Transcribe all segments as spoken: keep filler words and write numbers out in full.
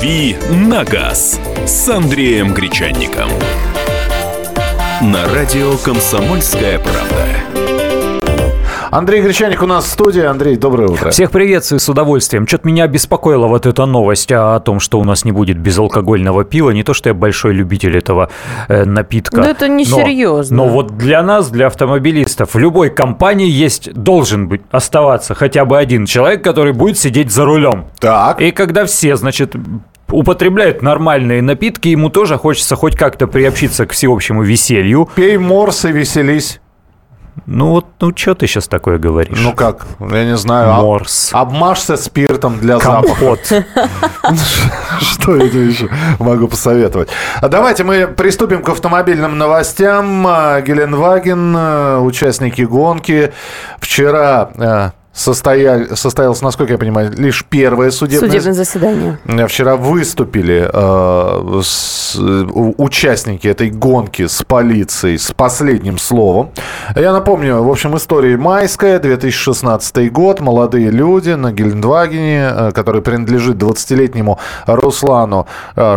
«Дави на газ» с Андреем Гречанником. На радио «Комсомольская правда». Андрей Гречанник у нас в студии. Андрей, доброе утро. Всех приветствую с удовольствием. Что-то меня беспокоила вот эта новость о том, что у нас не будет безалкогольного пива. Не то, что я большой любитель этого э, напитка. Да это несерьезно. Но, но вот для нас, для автомобилистов, в любой компании есть, должен быть, оставаться хотя бы один человек, который будет сидеть за рулем. Так. И когда все, значит, употребляют нормальные напитки, ему тоже хочется хоть как-то приобщиться к всеобщему веселью. Пей морс и веселись. Ну вот, ну что ты сейчас такое говоришь? Ну как, я не знаю. Морс. Об, обмажься спиртом для Компот. запаха. Что я тебе еще могу посоветовать? Давайте мы приступим к автомобильным новостям. Гелендваген, участники гонки. Вчера состоял, состоялось, насколько я понимаю, лишь первое судебное, судебное заседание. Вчера выступили э, с, участники этой гонки с полицией с последним словом. Я напомню, в общем, история майская, две тысячи шестнадцатый год. Молодые люди на Гелендвагене, э, который принадлежит двадцатилетнему Руслану э,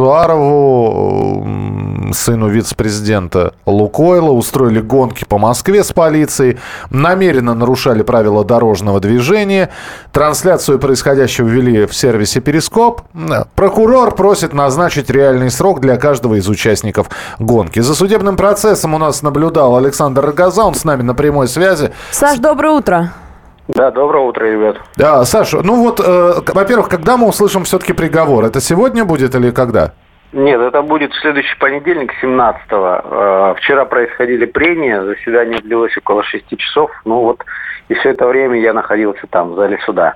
Шамсуарову, э, сыну вице-президента Лукойла, устроили гонки по Москве с полицией, намеренно нарушали правила дорожного движения. Трансляцию происходящего вели в сервисе «Перископ». Прокурор просит назначить реальный срок для каждого из участников гонки. За судебным процессом у нас наблюдал Александр Рогоза. Он с нами на прямой связи. Саш, доброе утро. Да, доброе утро, ребят. Да, Саша, ну вот, э, во-первых, когда мы услышим все-таки приговор? Это сегодня будет или когда? Нет, это будет в следующий понедельник, семнадцатого. Вчера происходили прения, заседание длилось около шести часов. Ну вот, и все это время я находился там, в зале суда.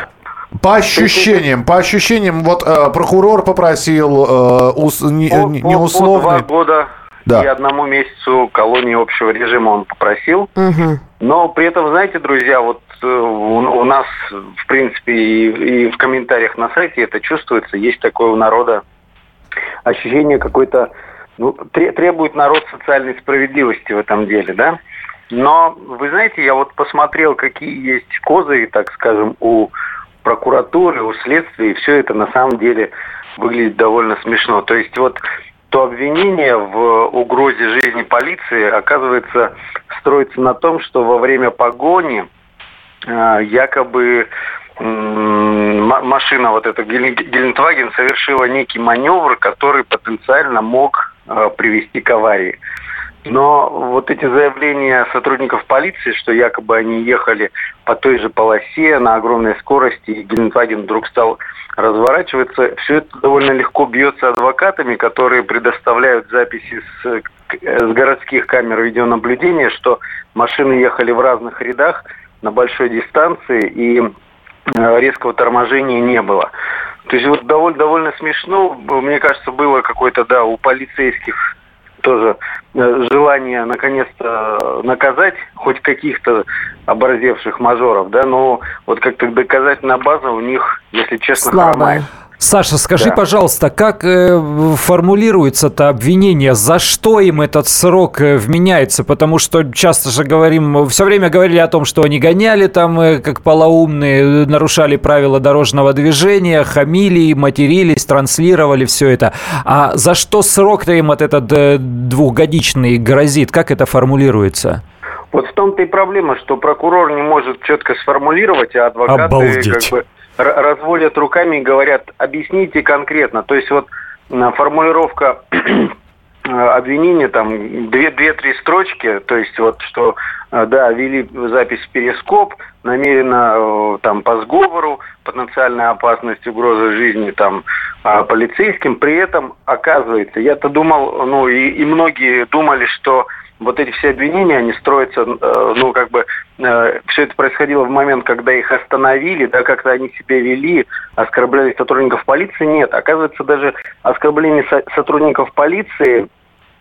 По ощущениям, по ощущениям, вот э, прокурор попросил э, ус, не, по, неусловный... По, по два года да. и одному месяцу колонии общего режима он попросил. Угу. Но при этом, знаете, друзья, вот у, у нас, в принципе, и, и в комментариях на сайте это чувствуется, есть такое у народа ощущение какой-то, ну, требует народ социальной справедливости в этом деле, да? Но, вы знаете, я вот посмотрел, какие есть козыри, так скажем, у прокуратуры, у следствия, и все это на самом деле выглядит довольно смешно. То есть вот то обвинение в угрозе жизни полиции, оказывается, строится на том, что во время погони э, якобы машина, вот эта Гелендваген, совершила некий маневр, который потенциально мог э, привести к аварии. Но вот эти заявления сотрудников полиции, что якобы они ехали по той же полосе на огромной скорости, и Гелендваген вдруг стал разворачиваться, все это довольно легко бьется адвокатами, которые предоставляют записи с, с городских камер видеонаблюдения, что машины ехали в разных рядах на большой дистанции, и резкого торможения не было. То есть вот довольно, довольно смешно, мне кажется, было какое-то, да, у полицейских тоже желание наконец-то наказать хоть каких-то оборзевших мажоров, да, но вот как-то доказательная база у них, если честно, хромает. Саша, скажи, да. пожалуйста, как э, формулируется-то обвинение, за что им этот срок э, вменяется? Потому что часто же говорим, все время говорили о том, что они гоняли там, э, как полоумные, нарушали правила дорожного движения, хамили, матерились, транслировали все это. А за что срок-то им от этот э, двухгодичный грозит? Как это формулируется? Вот в том-то и проблема, что прокурор не может четко сформулировать, а адвокаты Обалдеть. как бы разводят руками и говорят, объясните конкретно. То есть вот формулировка обвинения, там, две-три строчки, то есть вот, что, да, вели запись в Перископ, намеренно там по сговору, потенциальная опасность, угроза жизни там полицейским, при этом, оказывается, я-то думал, ну, и, и многие думали, что вот эти все обвинения, они строятся, ну, как бы, все это происходило в момент, когда их остановили, да, как-то они себя вели, оскорбляли сотрудников полиции. Нет, оказывается, даже оскорбление со- сотрудников полиции,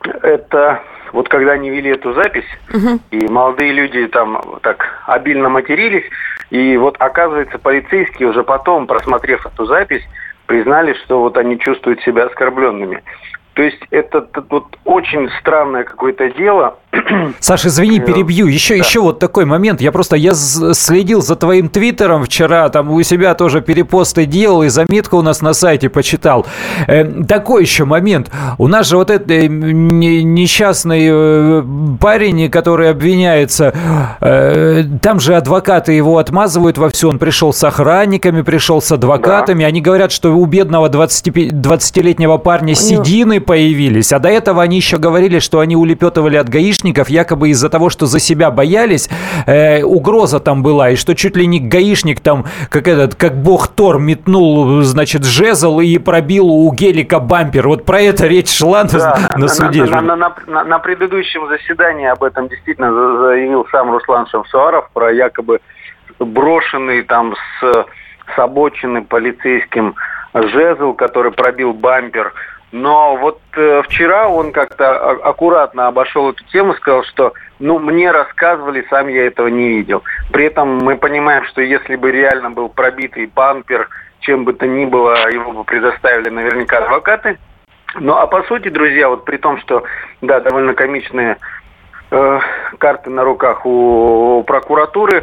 это вот когда они вели эту запись, uh-huh. и молодые люди там так обильно матерились, и вот, оказывается, полицейские уже потом, просмотрев эту запись, признали, что вот они чувствуют себя оскорбленными. То есть это, это вот очень странное какое-то дело. Саша, извини, перебью. Еще, да. еще вот такой момент. Я просто я следил за твоим твиттером вчера, там у себя тоже перепосты делал и заметку у нас на сайте почитал. Э, такой еще момент. У нас же вот этот э, несчастный э, парень, который обвиняется, э, там же адвокаты его отмазывают во все. Он пришел с охранниками, пришел с адвокатами. Да. Они говорят, что у бедного двадцатилетнего парня седины появились, а до этого они еще говорили, что они улепетывали от гаишников, якобы из-за того, что за себя боялись, э, угроза там была, и что чуть ли не гаишник там, как этот, как бог Тор метнул, значит, жезл и пробил у гелика бампер. Вот про это речь шла да, на, на суде. На, на, на, на, на предыдущем заседании об этом действительно заявил сам Руслан Шамсуаров, про якобы брошенный там с, с обочины полицейским жезл, который пробил бампер. Но вот э, вчера он как-то аккуратно обошел эту тему, сказал, что ну мне рассказывали, сам я этого не видел. При этом мы понимаем, что если бы реально был пробитый бампер, чем бы то ни было, его бы предоставили наверняка адвокаты. Ну а по сути, друзья, вот при том, что да, довольно комичные э, карты на руках у, у прокуратуры,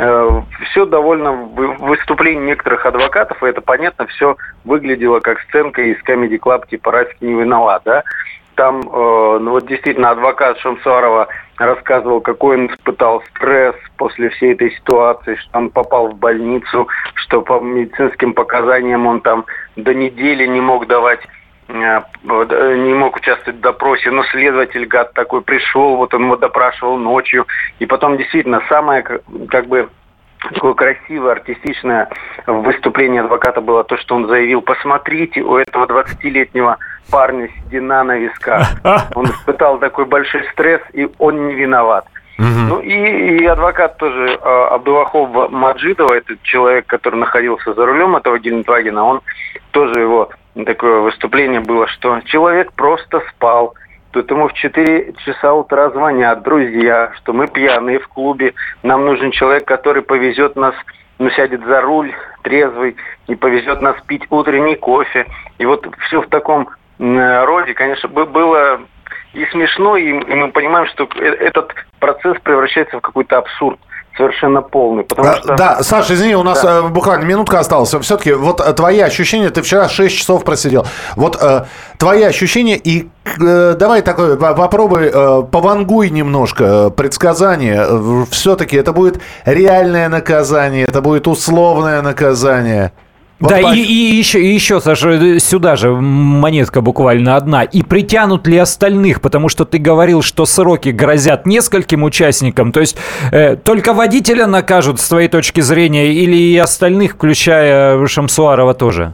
все довольно в выступлении некоторых адвокатов, и это понятно, все выглядело как сценка из Comedy Club типа «Рафик не виноват», да? Там, э, ну вот действительно, адвокат Шамсуарова рассказывал, какой он испытал стресс после всей этой ситуации, что он попал в больницу, что по медицинским показаниям он там до недели не мог давать, э, не мог участвовать в допросе, но следователь, гад такой, пришел, вот он его допрашивал ночью, и потом действительно самое, как бы, такое красивое, артистичное выступление адвоката было то, что он заявил: посмотрите, у этого двадцатилетнего парня седина на висках. Он испытал такой большой стресс, и он не виноват. Mm-hmm. Ну и, и адвокат тоже, Абдулахов Маджидова, этот человек, который находился за рулем этого Гелендвагена, он тоже, его такое выступление было, что человек просто спал. Тут ему в четыре часа утра звонят друзья, что мы пьяные в клубе, нам нужен человек, который повезет нас, ну, сядет за руль трезвый и повезет нас пить утренний кофе. И вот все в таком роде, конечно, было и смешно, и мы понимаем, что этот процесс превращается в какой-то абсурд. Совершенно полный. Потому а, что... Да, Саша, извини, у нас да. буквально минутка осталась. Все-таки вот твои ощущения, ты вчера шесть часов просидел. Вот э, твои ощущения, и э, давай такой, попробуй, э, повангуй немножко предсказание. Все-таки это будет реальное наказание, это будет условное наказание. Вот да, по... и, и, еще, и еще, Саша, сюда же монетка буквально одна. И притянут ли остальных? Потому что ты говорил, что сроки грозят нескольким участникам. То есть э, только водителя накажут с твоей точки зрения или и остальных, включая Шамсуарова, тоже?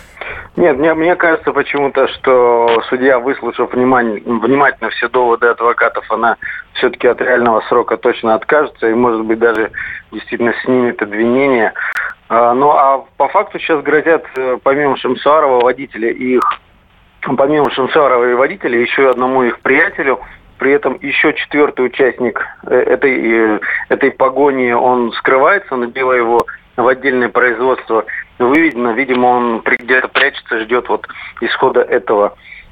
Нет, мне, мне кажется почему-то, что судья, выслушав внимание, внимательно все доводы адвокатов, она все-таки от реального срока точно откажется и, может быть, даже действительно снимет обвинение. Ну, а по факту сейчас грозят, помимо Шамсуарова, водителя и их, помимо Шамсуарова и водителя, еще одному их приятелю. При этом еще четвертый участник этой, этой погони, он скрывается, набило его в отдельное производство выведено. Видимо, он где-то прячется, ждет вот исхода этого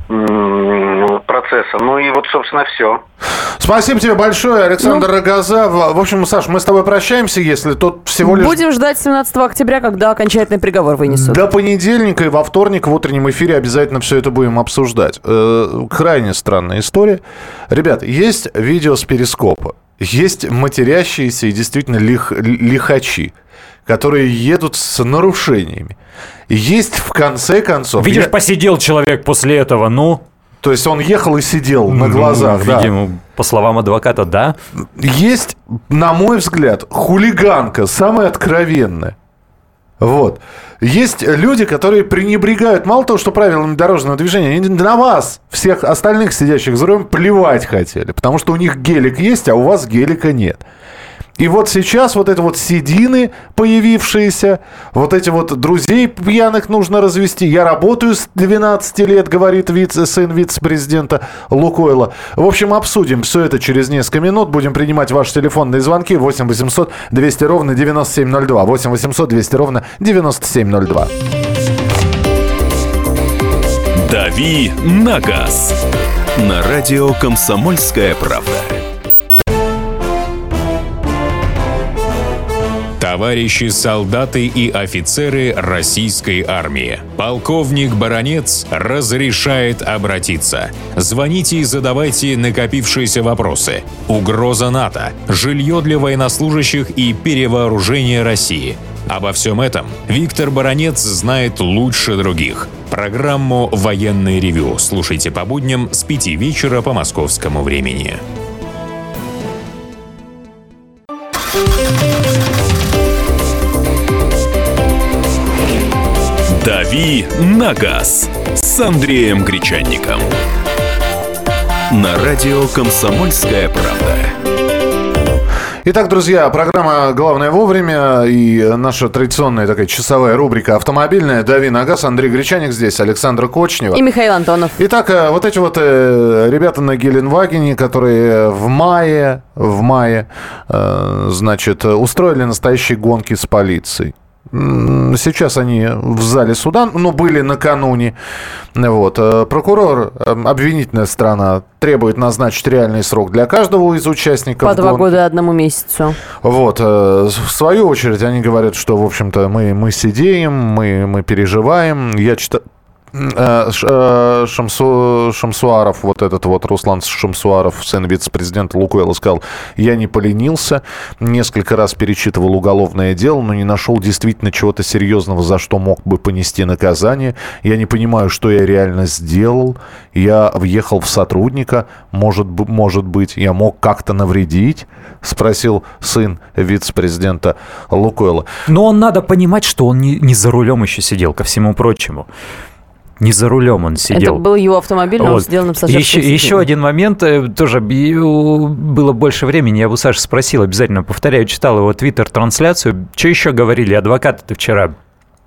процесса. Ну и вот, собственно, все. Спасибо тебе большое, Александр ну, Рогоза. В общем, Саш, мы с тобой прощаемся, если тут всего лишь... Будем ждать семнадцатого октября, когда окончательный приговор вынесут. До понедельника и во вторник в утреннем эфире обязательно все это будем обсуждать. Э, крайне странная история. Ребят, есть видео с перископа. Есть матерящиеся и действительно лих, лихачи, которые едут с нарушениями. Есть, в конце концов... Видишь, я... посидел человек после этого, ну... То есть он ехал и сидел на глазах, ну, да. Видимо, по словам адвоката, да. Есть, на мой взгляд, хулиганка, самая откровенная. Вот. Есть люди, которые пренебрегают, мало того, что правилами дорожного движения, они на вас, всех остальных сидящих за рулем, плевать хотели. Потому что у них гелик есть, а у вас гелика нет. И вот сейчас вот это вот седины появившиеся, вот эти вот друзей пьяных нужно развести. Я работаю с двенадцати лет, говорит вице, сын вице-президента Лукойла. В общем, обсудим все это через несколько минут. Будем принимать ваши телефонные звонки. восемь восемьсот двести ровно девяносто семь ноль два. восемь восемьсот двести ровно девяносто семь ноль два. «Дави на газ» на радио «Комсомольская правда». Товарищи солдаты и офицеры российской армии, полковник Баранец разрешает обратиться. Звоните и задавайте накопившиеся вопросы. Угроза НАТО, жилье для военнослужащих и перевооружение России. Обо всем этом Виктор Баранец знает лучше других. Программу «Военное ревю» слушайте по будням с пяти вечера по московскому времени. «Дави на газ» с Андреем Гречанником. На радио «Комсомольская правда». Итак, друзья, программа «Главное вовремя» и наша традиционная такая часовая рубрика «Автомобильная». «Дави на газ». Андрей Гречаник здесь, Александра Кочнева. И Михаил Антонов. Итак, вот эти вот э, ребята на Геленвагене, которые в мае, в мае, э, значит, устроили настоящие гонки с полицией. Сейчас они в зале суда, ну, были накануне. Вот. Прокурор, обвинительная сторона, требует назначить реальный срок для каждого из участников. По два гонки. года одному месяцу. Вот. В свою очередь они говорят, что, в общем-то, мы, мы сидеем, мы, мы переживаем. Я читаю... Шамсу, Шамсуаров, вот этот вот Руслан Шамсуаров, сын вице-президента Лукойла, сказал: я не поленился, несколько раз перечитывал уголовное дело, но не нашел действительно чего-то серьезного, за что мог бы понести наказание. Я не понимаю, что я реально сделал. Я въехал в сотрудника, может, может быть, я мог как-то навредить, спросил сын вице-президента Лукойла. Но он, надо понимать, что он не, не за рулем еще сидел, ко всему прочему. Не за рулем он сидел. Это был его автомобиль, но вот. Он сидел на пассажирском еще, сиденье. еще один момент, тоже было больше времени, я бы Саша спросил, обязательно повторяю, читал его твиттер-трансляцию. Что еще говорили адвокаты-то вчера?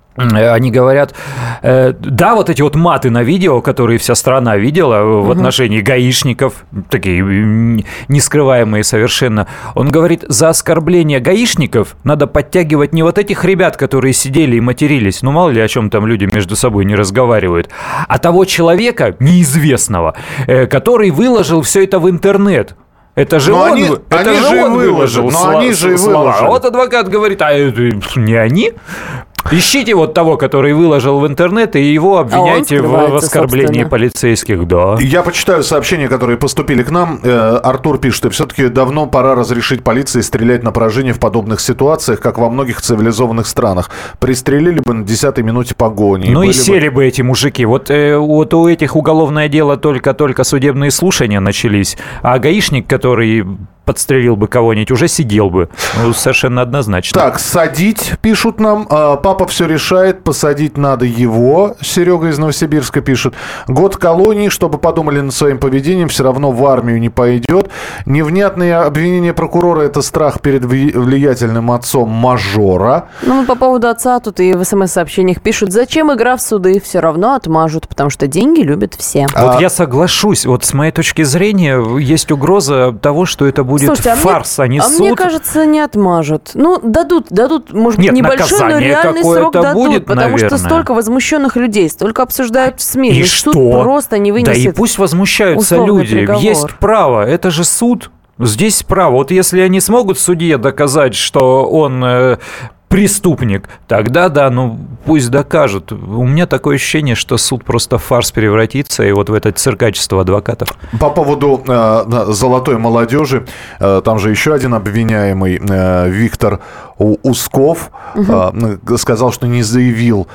Они говорят, э, да, вот эти вот маты на видео, которые вся страна видела в отношении гаишников, такие нескрываемые совершенно. Он говорит, за оскорбление гаишников надо подтягивать не вот этих ребят, которые сидели и матерились, ну мало ли о чем там люди между собой не разговаривают, а того человека неизвестного, э, который выложил все это в интернет. Это же но он, они, это они же же он выложил, выложил но слова, они же и слова. выложили. А вот адвокат говорит, а это не они? Ищите вот того, который выложил в интернет, и его обвиняйте а в, в оскорблении собственно. полицейских. Да. Я почитаю сообщения, которые поступили к нам. Артур пишет, и все-таки давно пора разрешить полиции стрелять на поражение в подобных ситуациях, как во многих цивилизованных странах. Пристрелили бы на десятой минуте погони. Ну и, и сели бы... бы эти мужики. Вот, э, вот у этих уголовное дело только-только судебные слушания начались, а гаишник, который подстрелил бы кого-нибудь, уже сидел бы. Ну, совершенно однозначно. Так, садить, пишут нам. Папа все решает, посадить надо его. Серега из Новосибирска пишет. Год колонии, чтобы подумали над своим поведением, все равно в армию не пойдет. Невнятные обвинения прокурора – это страх перед влиятельным отцом мажора. Ну, по поводу отца тут и в смс-сообщениях пишут, зачем игра в суды, все равно отмажут, потому что деньги любят все. Вот а... я соглашусь. Вот с моей точки зрения есть угроза того, что это будет Слушайте, фарс, а, мне, а не суд. А мне кажется, не отмажут. Ну, дадут, дадут, может быть, Нет, небольшой, но реальный срок дадут. Будет, потому наверное. что столько возмущенных людей, столько обсуждают в СМИ. И ну, что? Суд просто не вынесет. Да и пусть возмущаются люди. Приговор. Есть право, это же суд. Здесь право. Вот если они смогут судье доказать, что он... Э, преступник, тогда да, ну пусть докажут. У меня такое ощущение, что суд просто в фарс превратится, и вот в это циркачество адвокатов. По поводу э, золотой молодежи, э, там же еще один обвиняемый, э, Виктор Усков, угу. э, сказал, что не заявил,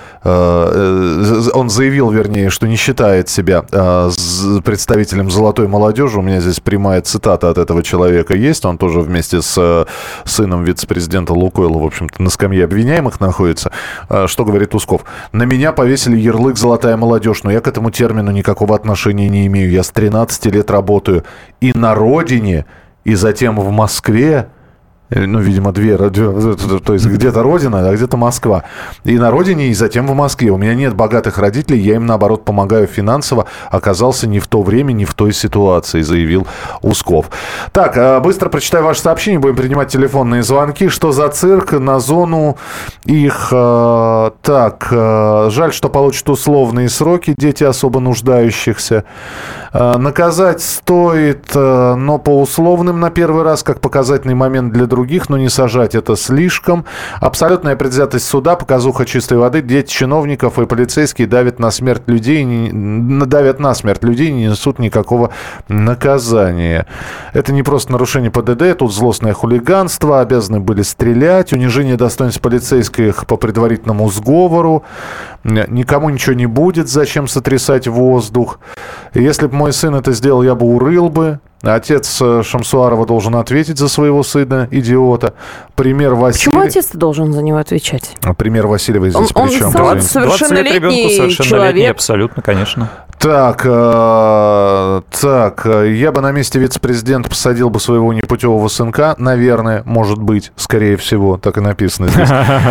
э, он заявил, вернее, что не считает себя э, представителем золотой молодежи. У меня здесь прямая цитата от этого человека есть, он тоже вместе с э, сыном вице-президента Лукойла, в общем-то, на скамье обвиняемых находится. Что говорит Усков? На меня повесили ярлык «золотая молодежь», но я к этому термину никакого отношения не имею. Я с тринадцати лет работаю и на родине, и затем в Москве. Ну, видимо, две, то есть где-то родина, а где-то Москва. И на родине, и затем в Москве. У меня нет богатых родителей, я им, наоборот, помогаю финансово. Оказался не в то время, не в той ситуации, заявил Усков. Так, быстро прочитаю ваше сообщение, будем принимать телефонные звонки. Что за цирк? На зону их... Так, жаль, что получат условные сроки дети особо нуждающихся. Наказать стоит, но по условным на первый раз, как показательный момент для других. других, но не сажать это слишком. Абсолютная предвзятость суда, показуха чистой воды, дети чиновников и полицейские давят на смерть людей, не, давят на смерть людей, не несут никакого наказания. Это не просто нарушение ПДД, тут злостное хулиганство, обязаны были стрелять, унижение достоинств полицейских по предварительному сговору, никому ничего не будет, зачем сотрясать воздух. Если бы мой сын это сделал, я бы урыл бы. Отец Шамсуарова должен ответить за своего сына, идиота. Пример Васильева. Почему отец должен за него отвечать? Пример Васильева здесь он, при чем? Он совершеннолетний человек. Абсолютно, конечно. Так, э, так, я бы на месте вице-президента посадил бы своего непутевого сынка, наверное, может быть, скорее всего, так и написано здесь.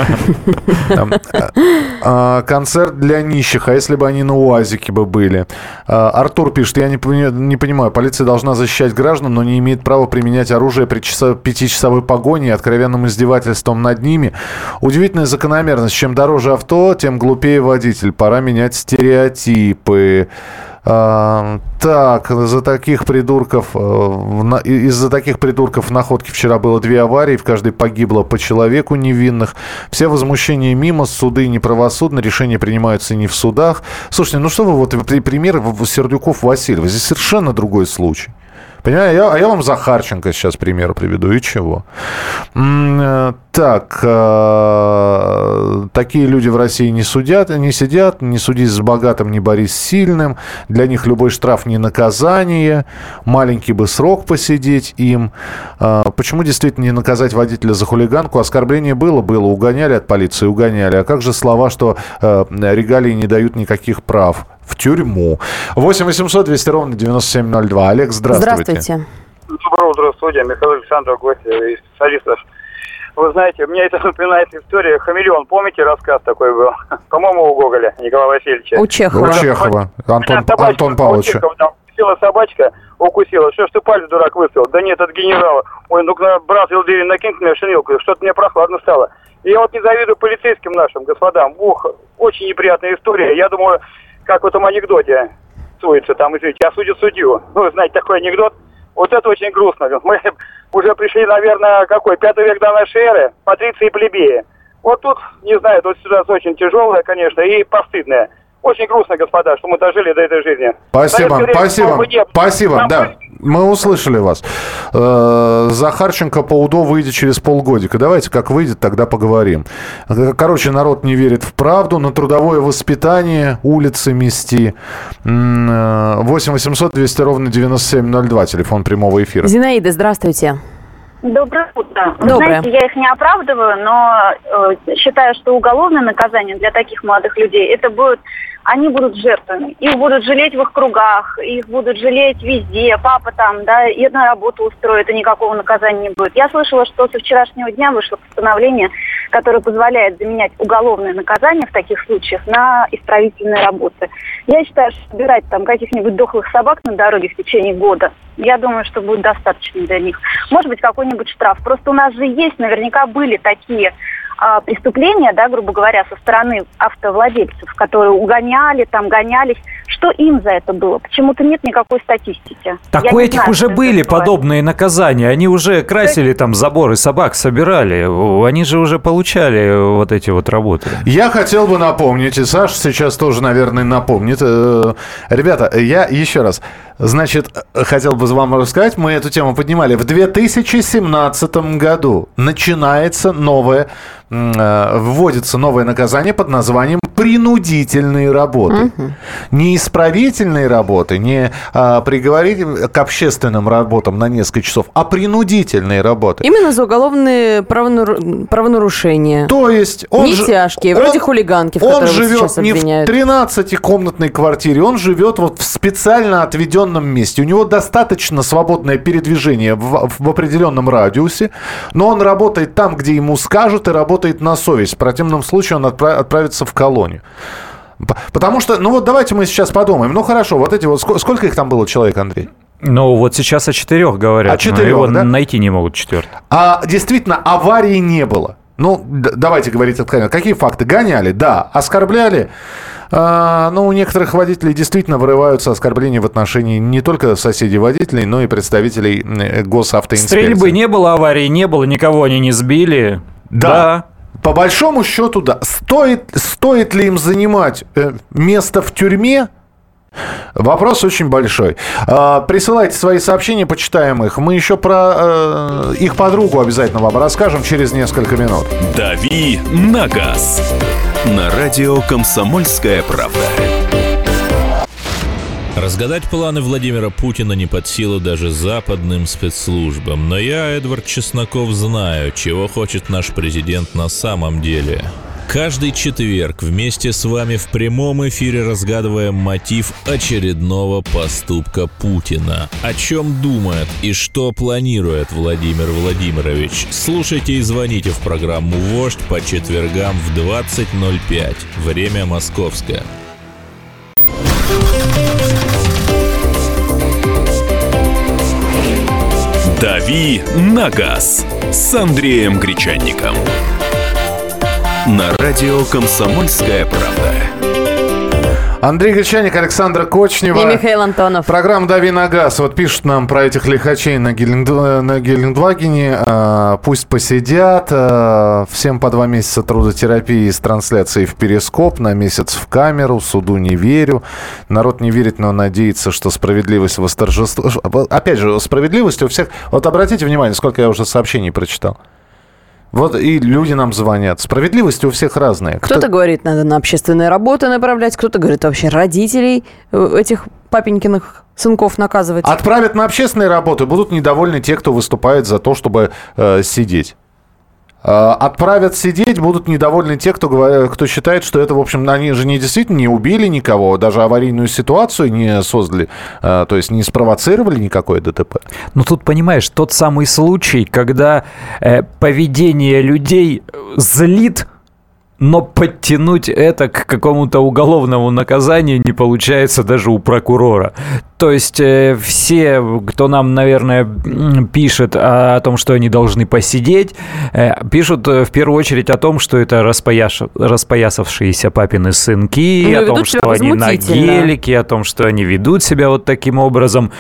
Концерт для нищих, а если бы они на УАЗике бы были? Артур пишет, я не понимаю, полиция должна защищать граждан, но не имеет права применять оружие при пятичасовой погоне и откровенным издевательством над ними. Удивительная закономерность, чем дороже авто, тем глупее водитель. Пора менять стереотипы. А, так, за таких придурков, из-за таких придурков в Находке вчера было две аварии, в каждой погибло по человеку невинных. Все возмущения мимо, суды неправосудны, решения принимаются не в судах. Слушайте, ну что вы, вот пример Сердюков-Васильева, здесь совершенно другой случай. Понимаете, я, а я вам Захарченко сейчас пример приведу, и чего. Так, э, такие люди в России не судят, не сидят, не судись с богатым, не борись с сильным. Для них любой штраф не наказание, маленький бы срок посидеть им. Э, почему действительно не наказать водителя за хулиганку? Оскорбление было, было, угоняли от полиции, угоняли. А как же слова, что э, регалии не дают никаких прав? В тюрьму. восемь восемьсот двести ровно девяносто семь ноль два. Олег, здравствуйте. Здравствуйте. Доброе утро, студия. Михаил Александров, гости из специалистов. Вы знаете, мне это напоминает история «Хамелеон». Помните, рассказ такой был? По-моему, у Гоголя, Николая Васильевича. У Чехова. У Чехова. Антон, Антон Павлович. Укусила собачка, укусила. Что ж ты палец, дурак, выставил? Да нет, это генерал. Ой, ну-ка, брат Илдырин, накинь мне шинелку. Что-то мне прохладно стало. И я вот не завидую полицейским нашим господам. Ух, очень неприятная история. Я думаю, как в этом анекдоте суется, там, извините, осудят судью. Ну, вы знаете, такой анекдот. Вот это очень грустно. Мы уже пришли, наверное, какой, пятый век до нашей эры, патриции и плебеи. Вот тут, не знаю, тут ситуация очень тяжелая, конечно, и постыдная. Очень грустно, господа, что мы дожили до этой жизни. Спасибо, Наверное, спасибо, не... спасибо, Нам... да. Мы услышали вас. Захарченко по УДО выйдет через полгодика. Давайте, как выйдет, тогда поговорим. Короче, народ не верит в правду. На трудовое воспитание улицы мести. восемь восемьсот двести ровно девяносто семь ноль два. Телефон прямого эфира. Зинаида, здравствуйте. Доброе утро. Вы Доброе. знаете, я их не оправдываю, но э, считаю, что уголовное наказание для таких молодых людей, это будет, они будут жертвами. Их будут жалеть в их кругах, их будут жалеть везде. Папа там, да, и на работу устроит, и никакого наказания не будет. Я слышала, что со вчерашнего дня вышло постановление, которое позволяет заменять уголовное наказание в таких случаях на исправительные работы. Я считаю, что собирать там каких-нибудь дохлых собак на дороге в течение года, я думаю, что будет достаточно для них. Может быть, какой-нибудь штраф. Просто у нас же есть, наверняка были такие а, преступления, да, грубо говоря, со стороны автовладельцев, которые угоняли, там гонялись. Что им за это было? Почему-то нет никакой статистики. Так Я у не этих знаю, уже что были это бывает. подобные наказания. Они уже красили там заборы, собак собирали. Они же уже получали вот эти вот работы. Я хотел бы напомнить, и Саша сейчас тоже, наверное, напомнит. Ребята, я еще раз, значит, хотел бы вам рассказать, мы эту тему поднимали. В две тысячи семнадцатом году начинается новое, вводится новое наказание под названием принудительные работы. Угу. Не исправительные работы, не а, приговорить к общественным работам на несколько часов, а принудительные работы. Именно за уголовные правонару... правонарушения. То есть он не ж... тяжкие, он... вроде хулиганки, в он которой живет сейчас не обвиняют. в тринадцатикомнатной квартире, он живет вот в специально отведенном месте. У него достаточно свободное передвижение в, в определенном радиусе, но он работает там, где ему скажут, и работает на совесть. В противном случае он отправ... отправится в колонию. Потому что, ну вот давайте мы сейчас подумаем. Ну хорошо, вот эти вот, сколько их там было человек, Андрей? Ну вот сейчас о четырех говорят. О четырех, его да? найти не могут четвертый. А действительно, аварии не было. Ну, д- давайте говорить откровенно. Какие факты? Гоняли, да. Оскорбляли. А, ну, у некоторых водителей действительно вырываются оскорбления в отношении не только соседей водителей, но и представителей госавтоинспекции. Стрельбы не было, аварии не было, никого они не сбили. Да. Да. По большому счету, да. Стоит, стоит ли им занимать э, место в тюрьме? Вопрос очень большой. А, присылайте свои сообщения, почитаем их. Мы еще про э, их подругу обязательно вам расскажем через несколько минут. «Дави на газ» на радио «Комсомольская правда». Разгадать планы Владимира Путина не под силу даже западным спецслужбам. Но я, Эдвард Чесноков, знаю, чего хочет наш президент на самом деле. Каждый четверг вместе с вами в прямом эфире разгадываем мотив очередного поступка Путина. О чем думает и что планирует Владимир Владимирович? Слушайте и звоните в программу «Вождь» по четвергам в двадцать ноль пять. Время московское. «Дави на газ» с Андреем Гречанником. На радио «Комсомольская правда». Андрей Гречанник, Александра Кочнева. И Михаил Антонов. Программа «Дави на газ». Вот пишут нам про этих лихачей на, Гелендв... на Гелендвагене. А, пусть посидят. А, всем по два месяца трудотерапии с трансляцией в Перископ. На месяц в камеру. Суду не верю. Народ не верит, но надеется, что справедливость восторжествует. Опять же, справедливость у всех... Вот обратите внимание, сколько я уже сообщений прочитал. Вот и люди нам звонят. Справедливость у всех разная. Кто-то Кто... говорит, надо на общественные работы направлять, кто-то говорит, вообще родителей этих папенькиных сынков наказывать. Отправят на общественные работы, будут недовольны те, кто выступает за то, чтобы э, сидеть. Э, отправят сидеть, будут недовольны те, кто, говорят, кто считает, что это, в общем, они же не действительно не убили никого, даже аварийную ситуацию не создали, э, то есть не спровоцировали никакое ДТП. Ну, тут, понимаешь, тот самый случай, когда э, поведение людей злит, но подтянуть это к какому-то уголовному наказанию не получается даже у прокурора. То есть э, все, кто нам, наверное, пишет о, о том, что они должны посидеть, э, пишут э, в первую очередь о том, что это распояш... распоясавшиеся папины сынки, ну, о том, что они на гелике, о том, что они ведут себя вот таким образом.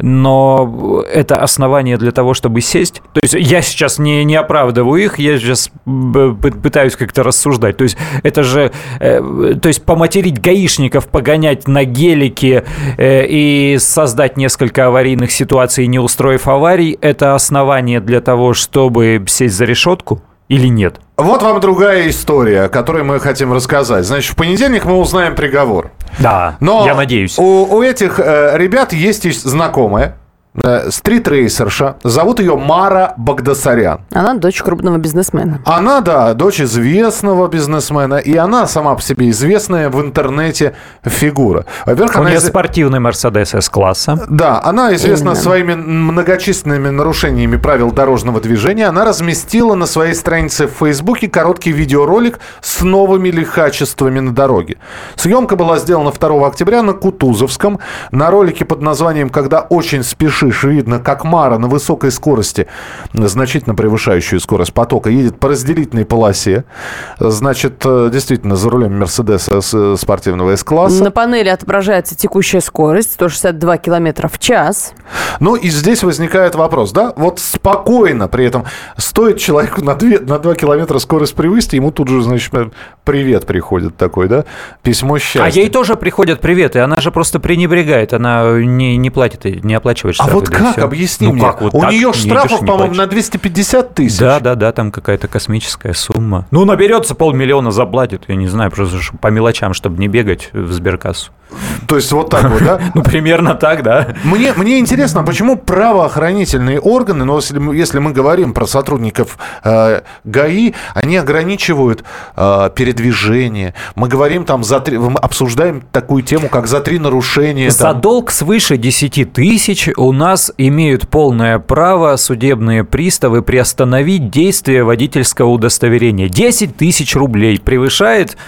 Но это основание для того, чтобы сесть. То есть я сейчас не, не оправдываю их, я сейчас пытаюсь как-то рассуждать. То есть это же, э, то есть поматерить гаишников, погонять на гелике э, и создать несколько аварийных ситуаций, не устроив аварий, это основание для того, чтобы сесть за решетку или нет? Вот вам другая история, о которой мы хотим рассказать. Значит, в понедельник мы узнаем приговор. Да, но я надеюсь. У, у этих э, ребят есть знакомая. Стритрейсерша. Зовут ее Мара Багдасарян. Она дочь крупного бизнесмена. Она, да, дочь известного бизнесмена. И она сама по себе известная в интернете фигура. Во-первых, У она нее из... спортивный Мерседес С-класса. Да, она известна Именно. своими многочисленными нарушениями правил дорожного движения. Она разместила на своей странице в Фейсбуке короткий видеоролик с новыми лихачествами на дороге. Съемка была сделана второго октября на Кутузовском. На ролике под названием «Когда очень спешишь», видно, как Мара на высокой скорости, значительно превышающую скорость потока, едет по разделительной полосе. Значит, действительно, за рулем Мерседеса спортивного С-класса. На панели отображается текущая скорость, сто шестьдесят два километра в час. Ну, и здесь возникает вопрос, да? Вот спокойно при этом стоит человеку на, две, на два километра скорость превысить, ему тут же, значит, привет приходит такой, да? Письмо счастья. А ей тоже приходят приветы, она же просто пренебрегает, она не, не платит, не оплачивает штрафы. А вот как? Все. Объясни ну, мне. Как? Вот У так нее штрафов, не по-моему, на двести пятьдесят тысяч. Да, да, да, там какая-то космическая сумма. Ну, наберется полмиллиона, заплатит, я не знаю, просто по мелочам, чтобы не бегать в сберкассу. То есть вот так вот, да? Ну, примерно так, да. Мне, мне интересно, почему правоохранительные органы, ну, если мы, если мы говорим про сотрудников э, ГАИ, они ограничивают э, передвижение. Мы говорим там, за три, обсуждаем такую тему, как за три нарушения. За там. долг свыше десяти тысяч у нас имеют полное право судебные приставы приостановить действие водительского удостоверения. десять тысяч рублей превышает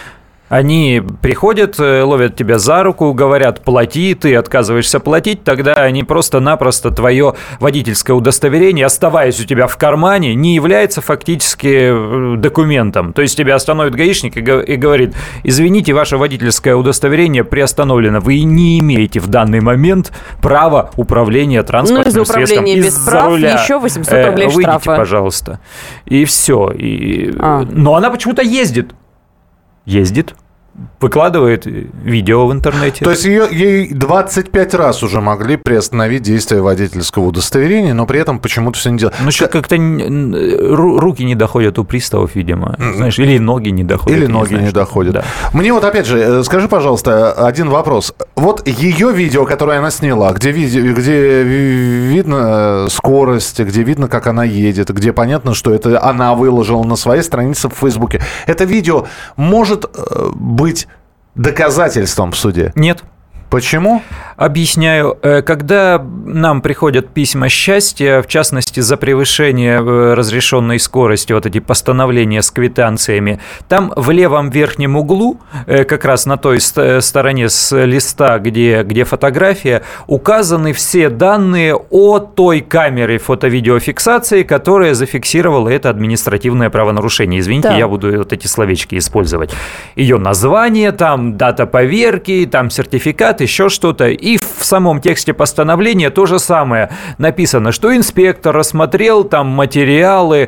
Они приходят, ловят тебя за руку, говорят «плати», ты отказываешься платить, тогда они просто-напросто твое водительское удостоверение, оставаясь у тебя в кармане, не является фактически документом. То есть тебя остановит гаишник и говорит: извините, ваше водительское удостоверение приостановлено, вы не имеете в данный момент права управления транспортным ну, из-за средством. управления без прав руля. еще восемьсот рублей Выйдите, штрафа. пожалуйста. И все. И... А. Но она почему-то ездит. Ездит, выкладывает видео в интернете. То есть ее, ей двадцать пять раз уже могли приостановить действие водительского удостоверения, но при этом почему-то все не делают. Ну, что как-то руки не доходят у приставов, видимо. Знаешь, или ноги не доходят. Или ноги не, знаю, не доходят. Да. Мне вот опять же, скажи, пожалуйста, один вопрос. Вот ее видео, которое она сняла, где, видео, где видно скорость, где видно, как она едет, где понятно, что это она выложила на своей странице в Фейсбуке. Это видео может быть быть доказательством в суде? Нет. Почему? Объясняю. Когда нам приходят письма счастья, в частности, за превышение разрешенной скорости, вот эти постановления с квитанциями, там в левом верхнем углу, как раз на той стороне с листа, где, где фотография, указаны все данные о той камере фото-видеофиксации, которая зафиксировала это административное правонарушение. Извините, да. Я буду вот эти словечки использовать. Ее название, там дата поверки, там сертификат, еще что-то. И в самом тексте постановления то же самое написано, что инспектор рассмотрел там материалы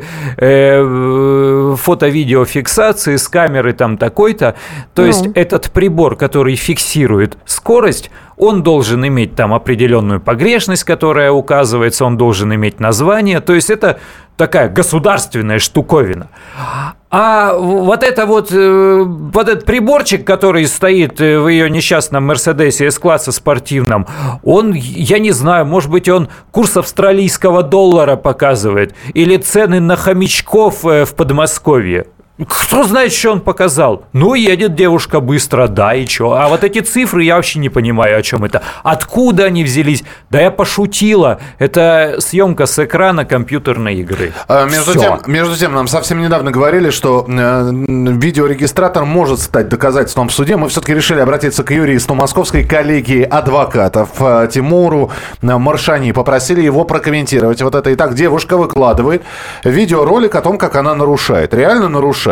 э, фото-видеофиксации с камеры там такой-то. То ну. есть этот прибор, который фиксирует скорость, он должен иметь там определенную погрешность, которая указывается, он должен иметь название. То есть это такая государственная штуковина. А вот это вот, вот этот приборчик, который стоит в ее несчастном Мерседесе С-класса спортивном, он, я не знаю, может быть, он курс австралийского доллара показывает или цены на хомячков в Подмосковье. Кто знает, что он показал? Ну, едет девушка быстро, да, и что? А вот эти цифры я вообще не понимаю, о чем это. Откуда они взялись? Да я пошутила. Это съемка с экрана компьютерной игры. А, между, тем, между тем, нам совсем недавно говорили, что э, видеорегистратор может стать доказательством в суде. Мы все-таки решили обратиться к юристу Московской коллегии адвокатов э, Тимуру Маршани. Попросили его прокомментировать вот это. Итак, девушка выкладывает видеоролик о том, как она нарушает. Реально нарушает.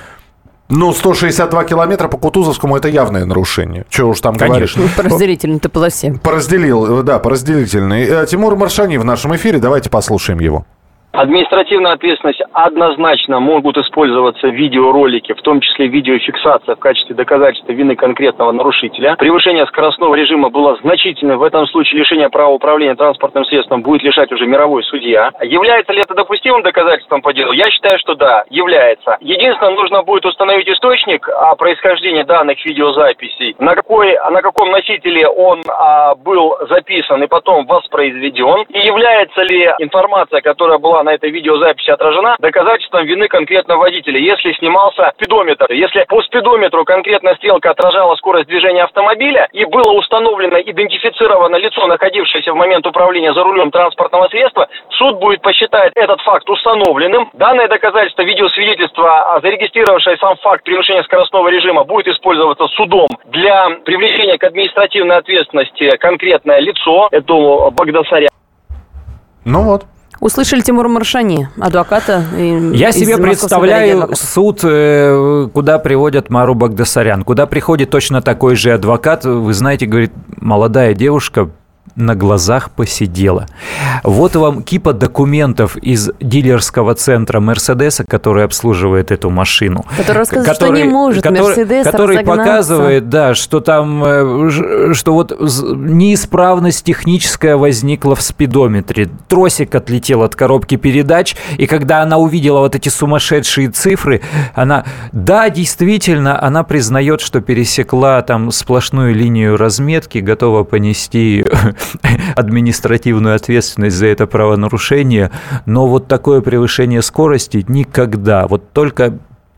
Ну, сто шестьдесят два километра по Кутузовскому – это явное нарушение. Чего уж там говоришь. Конечно. По разделительной-то полосе. По разделил, да, по разделительной. Тимур Маршани в нашем эфире. Давайте послушаем его. Административная ответственность однозначно могут использоваться видеоролики, в том числе видеофиксация в качестве доказательства вины конкретного нарушителя. Превышение скоростного режима было значительным. В этом случае лишение права управления транспортным средством будет лишать уже мировой судья. Является ли это допустимым доказательством по делу? Я считаю, что да, является. Единственное, нужно будет установить источник о происхождении данных видеозаписей, на, какой, на каком носителе он а, был записан и потом воспроизведен, и является ли информация, которая была на этой видеозаписи отражена, доказательством вины конкретного водителя, если снимался спидометр. Если по спидометру конкретная стрелка отражала скорость движения автомобиля и было установлено, идентифицировано лицо, находившееся в момент управления за рулем транспортного средства, суд будет посчитать этот факт установленным. Данное доказательство, видеосвидетельство, зарегистрировавшее сам факт превышения скоростного режима, будет использоваться судом для привлечения к административной ответственности конкретное лицо, это Багдасарян. Ну вот. Услышали Тимура Маршани, адвоката. Я себе представляю суд, куда приводят Мару Багдасарян, куда приходит точно такой же адвокат. Вы знаете, говорит, молодая девушка на глазах посидела. Вот вам кипа документов из дилерского центра Мерседеса, который обслуживает эту машину. Который рассказывает, который, что не может который, Мерседес который показывает, да, что там, что вот неисправность техническая возникла в спидометре. Тросик отлетел от коробки передач, и когда она увидела вот эти сумасшедшие цифры, она, да, действительно, она признает, что пересекла там сплошную линию разметки, готова понести административную ответственность за это правонарушение, но вот такое превышение скорости никогда. Вот только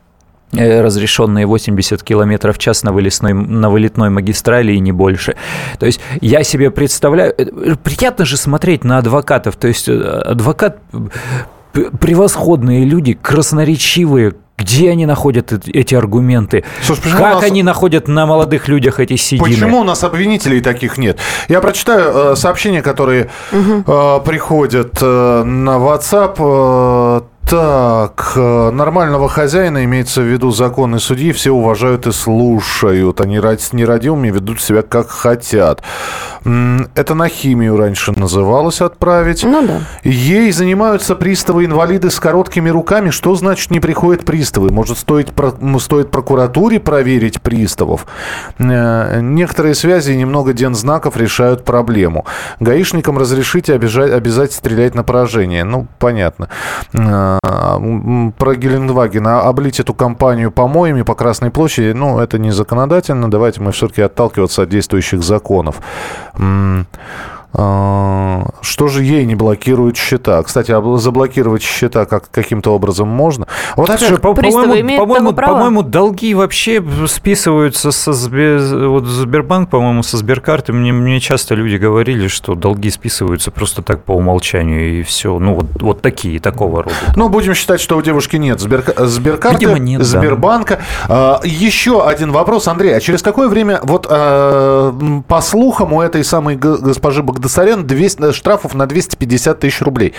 разрешенные восемьдесят километров в час на вылетной, на вылетной магистрали и не больше. То есть я себе представляю... Приятно же смотреть на адвокатов. То есть адвокат... Превосходные люди, красноречивые, к Где они находят эти аргументы? Слушай, как нас... они находят на молодых людях эти седины? Почему у нас обвинителей таких нет? Я прочитаю э, сообщения, которые угу. э, приходят э, на WhatsApp. Э, Так, нормального хозяина, имеется в виду законы судьи, все уважают и слушают. Они нерадивыми ведут себя как хотят. Это на химию раньше называлось отправить. Ну да. Ей занимаются приставы-инвалиды с короткими руками. Что значит не приходят приставы? Может, стоит, стоит прокуратуре проверить приставов? Некоторые связи и немного дензнаков решают проблему. Гаишникам разрешите обижать, обязать стрелять на поражение. Ну, понятно. Про Гелендваген. Облить эту компанию помоями по Красной площади, ну, это не законодательно. Давайте мы все-таки отталкиваться от действующих законов. Что же ей не блокируют счета? Кстати, заблокировать счета как, каким-то образом можно. Вот Слушай, по- по-моему, по-моему, по-моему, долги вообще списываются со Сбер... вот Сбербанк, по-моему, со Сберкарты. Мне, мне часто люди говорили, что долги списываются просто так по умолчанию, и все. Ну, вот, вот такие, такого рода. Ну, будем считать, что у девушки нет Сбер... Сберкарты, Видимо, нет, Сбербанка. Да. А, еще один вопрос, Андрей. А через какое время, вот а, по слухам, у этой самой госпожи Багдасарян двести, штрафов на двести пятьдесят тысяч рублей.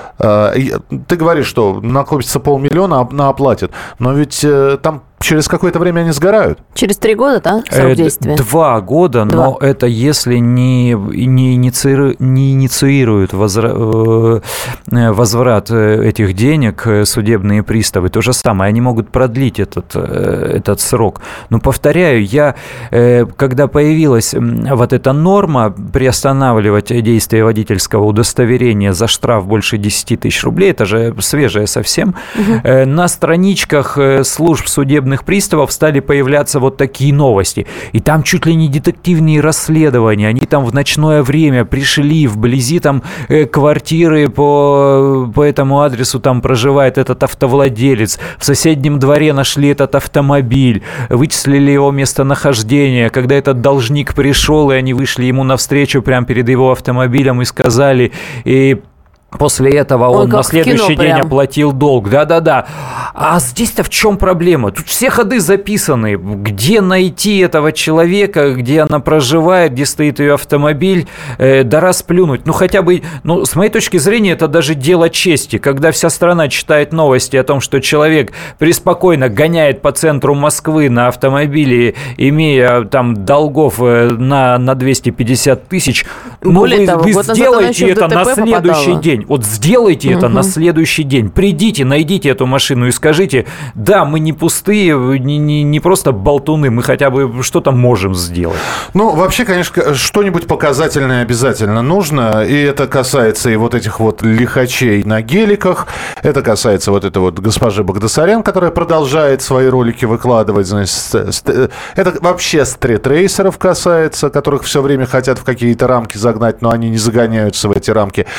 Ты говоришь, что накопится полмиллиона, на оплатят. Но ведь там через какое-то время они сгорают. Через три года, да, срок действия? Два года, Два. но это если не, не, иницииру, не инициируют возра, возврат этих денег судебные приставы. То же самое, они могут продлить этот, этот срок. Но, повторяю, я, когда появилась вот эта норма приостанавливать действие водительского удостоверения за штраф больше десять тысяч рублей, это же свежее совсем, угу. на страничках служб судебных приставов стали появляться вот такие новости. И там чуть ли не детективные расследования. Они там в ночное время пришли вблизи там э, квартиры по, по этому адресу там проживает этот автовладелец. В соседнем дворе нашли этот автомобиль. Вычислили его местонахождение. Когда этот должник пришел, и они вышли ему навстречу прямо перед его автомобилем и сказали... и после этого он, он на следующий день прям оплатил долг. Да-да-да. А здесь-то в чем проблема? Тут все ходы записаны. Где найти этого человека, где она проживает, где стоит ее автомобиль, э, да расплюнуть. Ну, хотя бы, ну, с моей точки зрения, это даже дело чести. Когда вся страна читает новости о том, что человек преспокойно гоняет по центру Москвы на автомобиле, имея там долгов на, на двести пятьдесят тысяч, ну, вы, того, вы сделаете это на следующий попадала. день. Вот сделайте угу. это на следующий день. Придите, найдите эту машину и скажите, да, мы не пустые, не, не, не просто болтуны, мы хотя бы что-то можем сделать. Ну, вообще, конечно, что-нибудь показательное обязательно нужно. И это касается и вот этих вот лихачей на геликах. Это касается вот этой вот госпожи Багдасарян, которая продолжает свои ролики выкладывать. Значит, это вообще стритрейсеров касается, которых все время хотят в какие-то рамки загнать, но они не загоняются в эти рамки.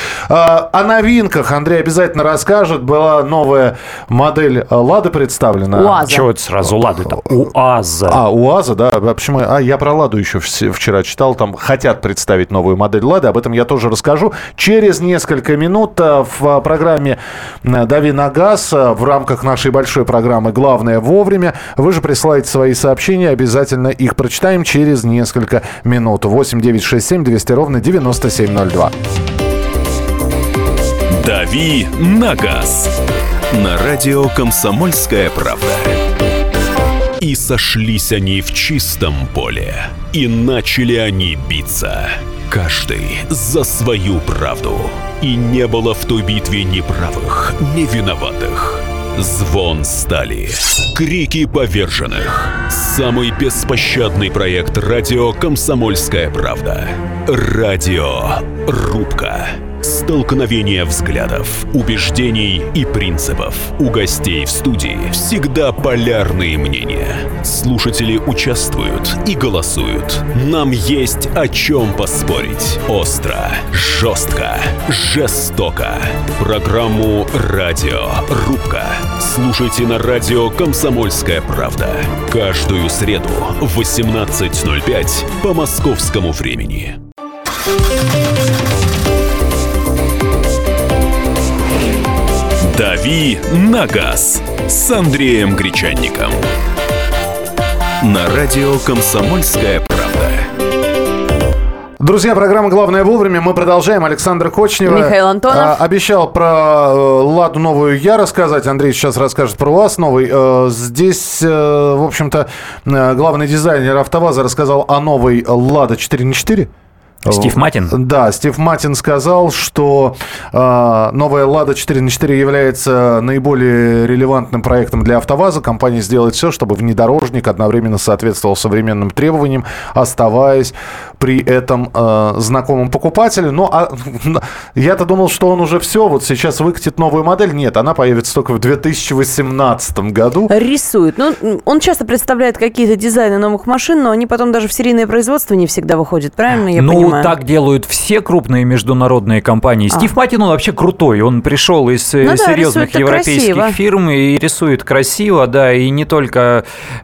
О новинках Андрей обязательно расскажет. Была новая модель «Лады» представлена. УАЗа. Чего это сразу «Лады»-то? УАЗа. А, УАЗа, да. Почему? А, я про «Ладу» еще вчера читал. Там хотят представить новую модель «Лады». Об этом я тоже расскажу. Через несколько минут в программе «Дави на газ» в рамках нашей большой программы «Главное вовремя». Вы же присылаете свои сообщения. Обязательно их прочитаем через несколько минут. восемь девятьсот шестьдесят семь двести ровно девяносто семь ноль два. «Дави на газ» на радио «Комсомольская правда». И сошлись они в чистом поле, и начали они биться. Каждый за свою правду. И не было в той битве ни правых, ни виноватых. Звон стали, крики поверженных. Самый беспощадный проект радио «Комсомольская правда». Радиорубка. Столкновение взглядов, убеждений и принципов. У гостей в студии всегда полярные мнения. Слушатели участвуют и голосуют. Нам есть о чем поспорить. Остро, жестко, жестоко. Программу «Радиорубка» слушайте на радио «Комсомольская правда». Каждую среду в восемнадцать ноль пять по московскому времени. «Дави на газ» с Андреем Гречанником. На радио «Комсомольская правда». Друзья, программа «Главное вовремя». Мы продолжаем. Александр Кочнева. Михаил Антонов. А, обещал про э, «Ладу» новую я рассказать. Андрей сейчас расскажет про УАЗ новый. Э, здесь, э, в общем-то, э, главный дизайнер «АвтоВАЗа» рассказал о новой «Лада четыре на четыре». Стив Матин? Да, Стив Матин сказал, что э, новая «Лада четыре на четыре» является наиболее релевантным проектом для «АвтоВАЗа». Компания сделает все, чтобы внедорожник одновременно соответствовал современным требованиям, оставаясь при этом э, знакомым покупателю. Но а, я-то думал, что он уже все, вот сейчас выкатит новую модель. Нет, она появится только в две тысячи восемнадцатом году. Рисует. Ну, он часто представляет какие-то дизайны новых машин, но они потом даже в серийное производство не всегда выходят, правильно я ну, понимаю? Ну, так делают все крупные международные компании. А. Стив Матин, он вообще крутой. Он пришел из ну, серьезных да, европейских красиво. фирм и рисует красиво, да, и не только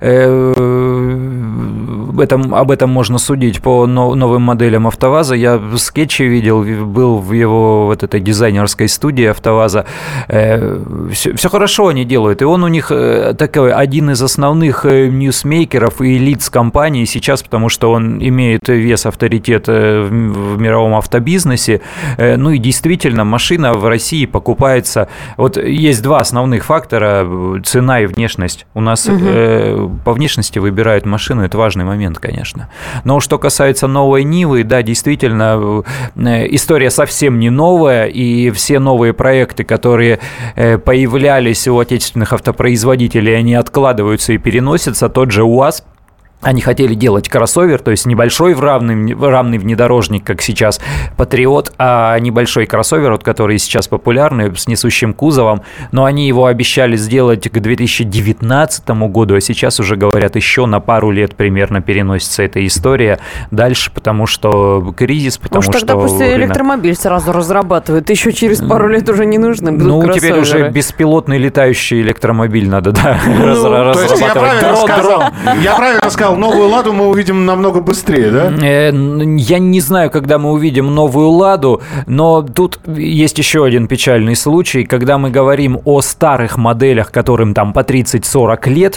э, этом, об этом можно судить по новым моделям «АвтоВАЗа». Я скетчи видел, был в его вот этой дизайнерской студии «АвтоВАЗа». Э, все, все хорошо они делают. И он у них такой один из основных ньюсмейкеров и лиц компании сейчас, потому что он имеет вес, авторитет в мировом автобизнесе. Ну и действительно, машина в России покупается... Вот есть два основных фактора – цена и внешность. У нас угу. э, по внешности выбирают машину, это важный момент, конечно. Но что касается новой Нивы, да, действительно, история совсем не новая, и все новые проекты, которые появлялись у отечественных автопроизводителей, они откладываются и переносятся. Тот же УАЗ. Они хотели делать кроссовер, то есть небольшой равный, равный внедорожник, как сейчас Патриот, а небольшой кроссовер, вот, который сейчас популярный, с несущим кузовом. Но они его обещали сделать к две тысячи девятнадцатому году, а сейчас уже говорят, еще на пару лет примерно переносится эта история дальше, потому что кризис, потому Может, что... Может, тогда пусть электромобиль сразу разрабатывают, еще через пару лет уже не нужны будут Ну, кроссоверы. теперь уже беспилотный летающий электромобиль надо, да, ну, разрабатывать. То есть я правильно сказал, я правильно сказал, новую «Ладу» мы увидим намного быстрее, да? Я не знаю, когда мы увидим новую «Ладу», но тут есть еще один печальный случай. Когда мы говорим о старых моделях, которым там по тридцать-сорок лет,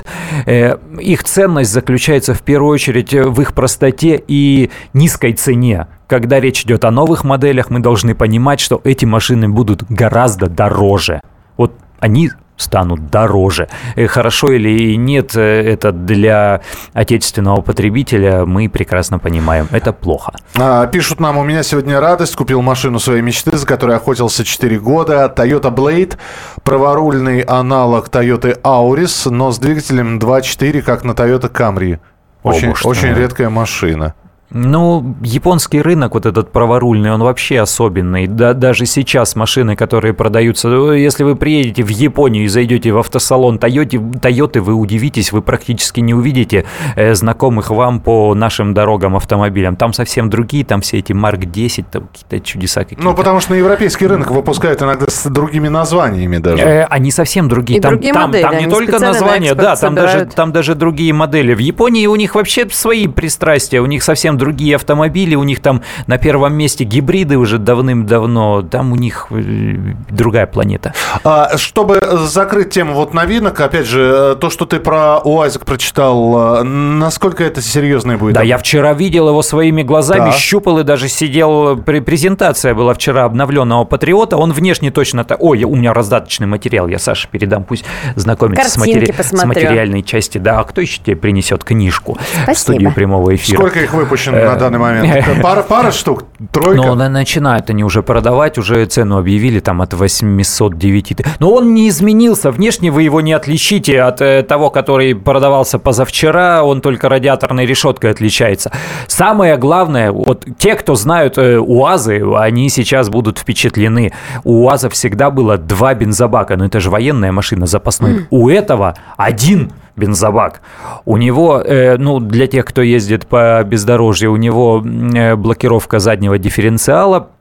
их ценность заключается в первую очередь в их простоте и низкой цене. Когда речь идет о новых моделях, мы должны понимать, что эти машины будут гораздо дороже. Вот они станут дороже. Хорошо или нет, это для отечественного потребителя мы прекрасно понимаем. Это плохо. А, пишут нам, у меня сегодня радость. Купил машину своей мечты, за которой охотился четыре года. Toyota Blade. Праворульный аналог Toyota Auris, но с двигателем два четыре, как на Toyota Camry. Очень, очень редкая машина. Ну, японский рынок, вот этот праворульный, он вообще особенный. Да, даже сейчас машины, которые продаются... Если вы приедете в Японию и зайдете в автосалон Toyota, Toyota, вы удивитесь, вы практически не увидите э, знакомых вам по нашим дорогам автомобилям. Там совсем другие, там все эти Марк десять, там какие-то чудеса какие-то. Ну, потому что на европейский рынок выпускают иногда с другими названиями даже. Э, они совсем другие. И там, другие там, модели. там не только названия, да, там даже, там даже другие модели. В Японии у них вообще свои пристрастия, у них совсем другие автомобили, у них там на первом месте гибриды уже давным-давно, там у них другая планета. А, чтобы закрыть тему вот новинок, опять же, то, что ты про УАЗик прочитал, насколько это серьезное будет? Да, я вчера видел его своими глазами, да. щупал и даже сидел, презентация была вчера обновленного Патриота, он внешне точно так, ой, у меня раздаточный материал, я Саше передам, пусть знакомится с, матери... с материальной части, да, а кто еще тебе принесет книжку Спасибо. В студию прямого эфира? Сколько их выпущено на данный момент? Пара, пара штук? Тройка? Ну, начинают они уже продавать, уже цену объявили там от восемьсот девять. Но он не изменился. Внешне вы его не отличите от э, того, который продавался позавчера. Он только радиаторной решеткой отличается. Самое главное, вот те, кто знают э, УАЗы, они сейчас будут впечатлены. У УАЗа всегда было два бензобака. Но это же военная машина, запасной. Mm. У этого один бензобак. У него, э, ну, для тех, кто ездит по бездорожью, у него э, блокировка заднего дифференциала.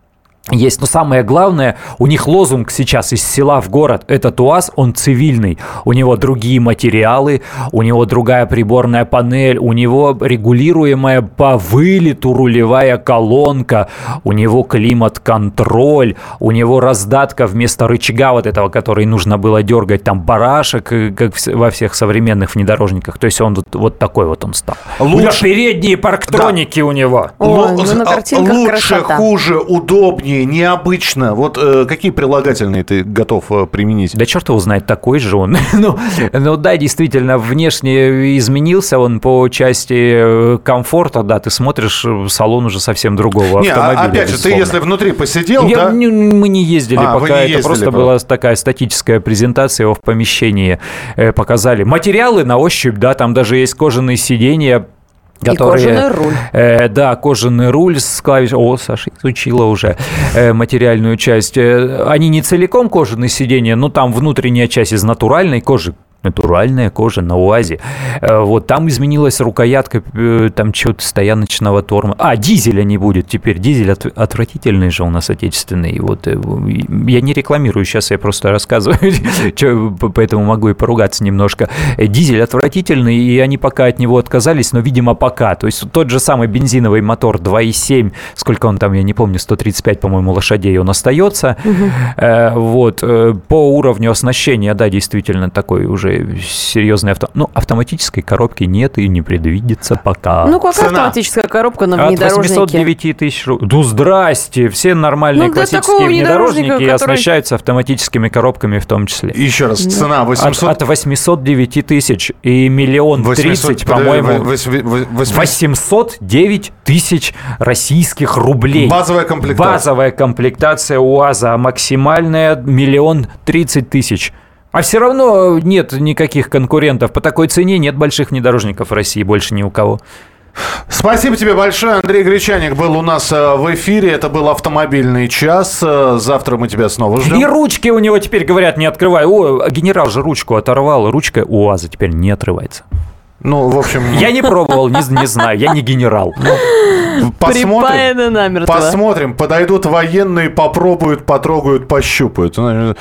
есть. Но самое главное, у них лозунг сейчас из села в город. Этот УАЗ, он цивильный. У него другие материалы, у него другая приборная панель, у него регулируемая по вылету рулевая колонка, у него климат-контроль, у него раздатка вместо рычага вот этого, который нужно было дергать, там барашек, как во всех современных внедорожниках. То есть он вот, вот такой вот он стал. Лучше... Передние парктроники, да, у него. Ой, ну на картинках лучше, красота. Хуже, удобнее, необычно. Вот э, какие прилагательные ты готов э, применить? Да черт его знает, такой же он. ну, ну да, действительно, внешне изменился он по части комфорта. Да, ты смотришь, салон уже совсем другого не, автомобиля. Опять же, ты если внутри посидел, Я, да? Не, мы не ездили а, пока, не это ездили, просто правда. была такая статическая презентация, его в помещении э, показали. Материалы на ощупь, да, там даже есть кожаные сиденья, которые, и кожаный руль. Э, да, кожаный руль с клавишей. О, Саша изучила уже э, материальную часть. Э, они не целиком кожаные сиденья, но там внутренняя часть из натуральной кожи. Натуральная кожа на УАЗе. Вот там изменилась рукоятка, там что-то стояночного тормоза. А, дизеля не будет теперь. Дизель от, отвратительный же у нас отечественный. Вот я не рекламирую сейчас, я просто рассказываю, поэтому могу и поругаться немножко. Дизель отвратительный, и они пока от него отказались, но, видимо, пока. То есть тот же самый бензиновый мотор два и семь, сколько он там, я не помню, сто тридцать пять, по-моему, лошадей он остается. Угу. Вот. По уровню оснащения, да, действительно, такой уже серьезной авто... ну, автоматической коробки нет и не предвидится пока. Ну, какая автоматическая коробка на внедорожнике? От восемьсот девять тысяч рублей. Ну, здрасте! Все нормальные ну, классические внедорожники который... оснащаются автоматическими коробками в том числе. Еще раз, цена восемьсот... От, от восемьсот девять тысяч и миллион тридцать, по-моему, восемьсот девять тысяч российских рублей. Базовая комплектация. Базовая комплектация УАЗа, максимальная миллион тридцать тысяч. А все равно нет никаких конкурентов. По такой цене нет больших внедорожников в России, больше ни у кого. Спасибо тебе большое. Андрей Гречаник был у нас в эфире. Это был «Автомобильный час». Завтра мы тебя снова ждем. И ручки у него теперь, говорят, не открывай. О, генерал же ручку оторвал. Ручка УАЗа теперь не отрывается. Ну, в общем... Я не пробовал, не, не знаю. Я не генерал. Посмотрим, посмотрим, подойдут военные, попробуют, потрогают, пощупают.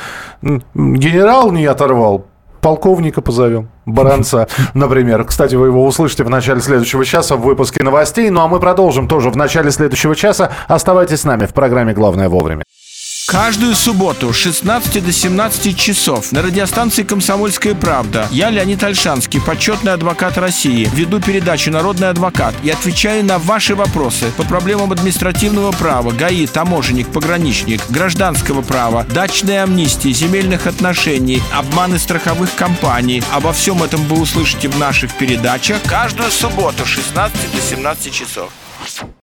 Генерал не оторвал, полковника позовем, Баранца, например. Кстати, вы его услышите в начале следующего часа в выпуске новостей. Ну а мы продолжим тоже в начале следующего часа. Оставайтесь с нами в программе «Главное вовремя». Каждую субботу с шестнадцати до семнадцати часов на радиостанции «Комсомольская правда» я, Леонид Ольшанский, почетный адвокат России, веду передачу «Народный адвокат» и отвечаю на ваши вопросы по проблемам административного права, ГАИ, таможенник, пограничник, гражданского права, дачной амнистии, земельных отношений, обманы страховых компаний. Обо всем этом вы услышите в наших передачах каждую субботу с шестнадцати до семнадцати часов.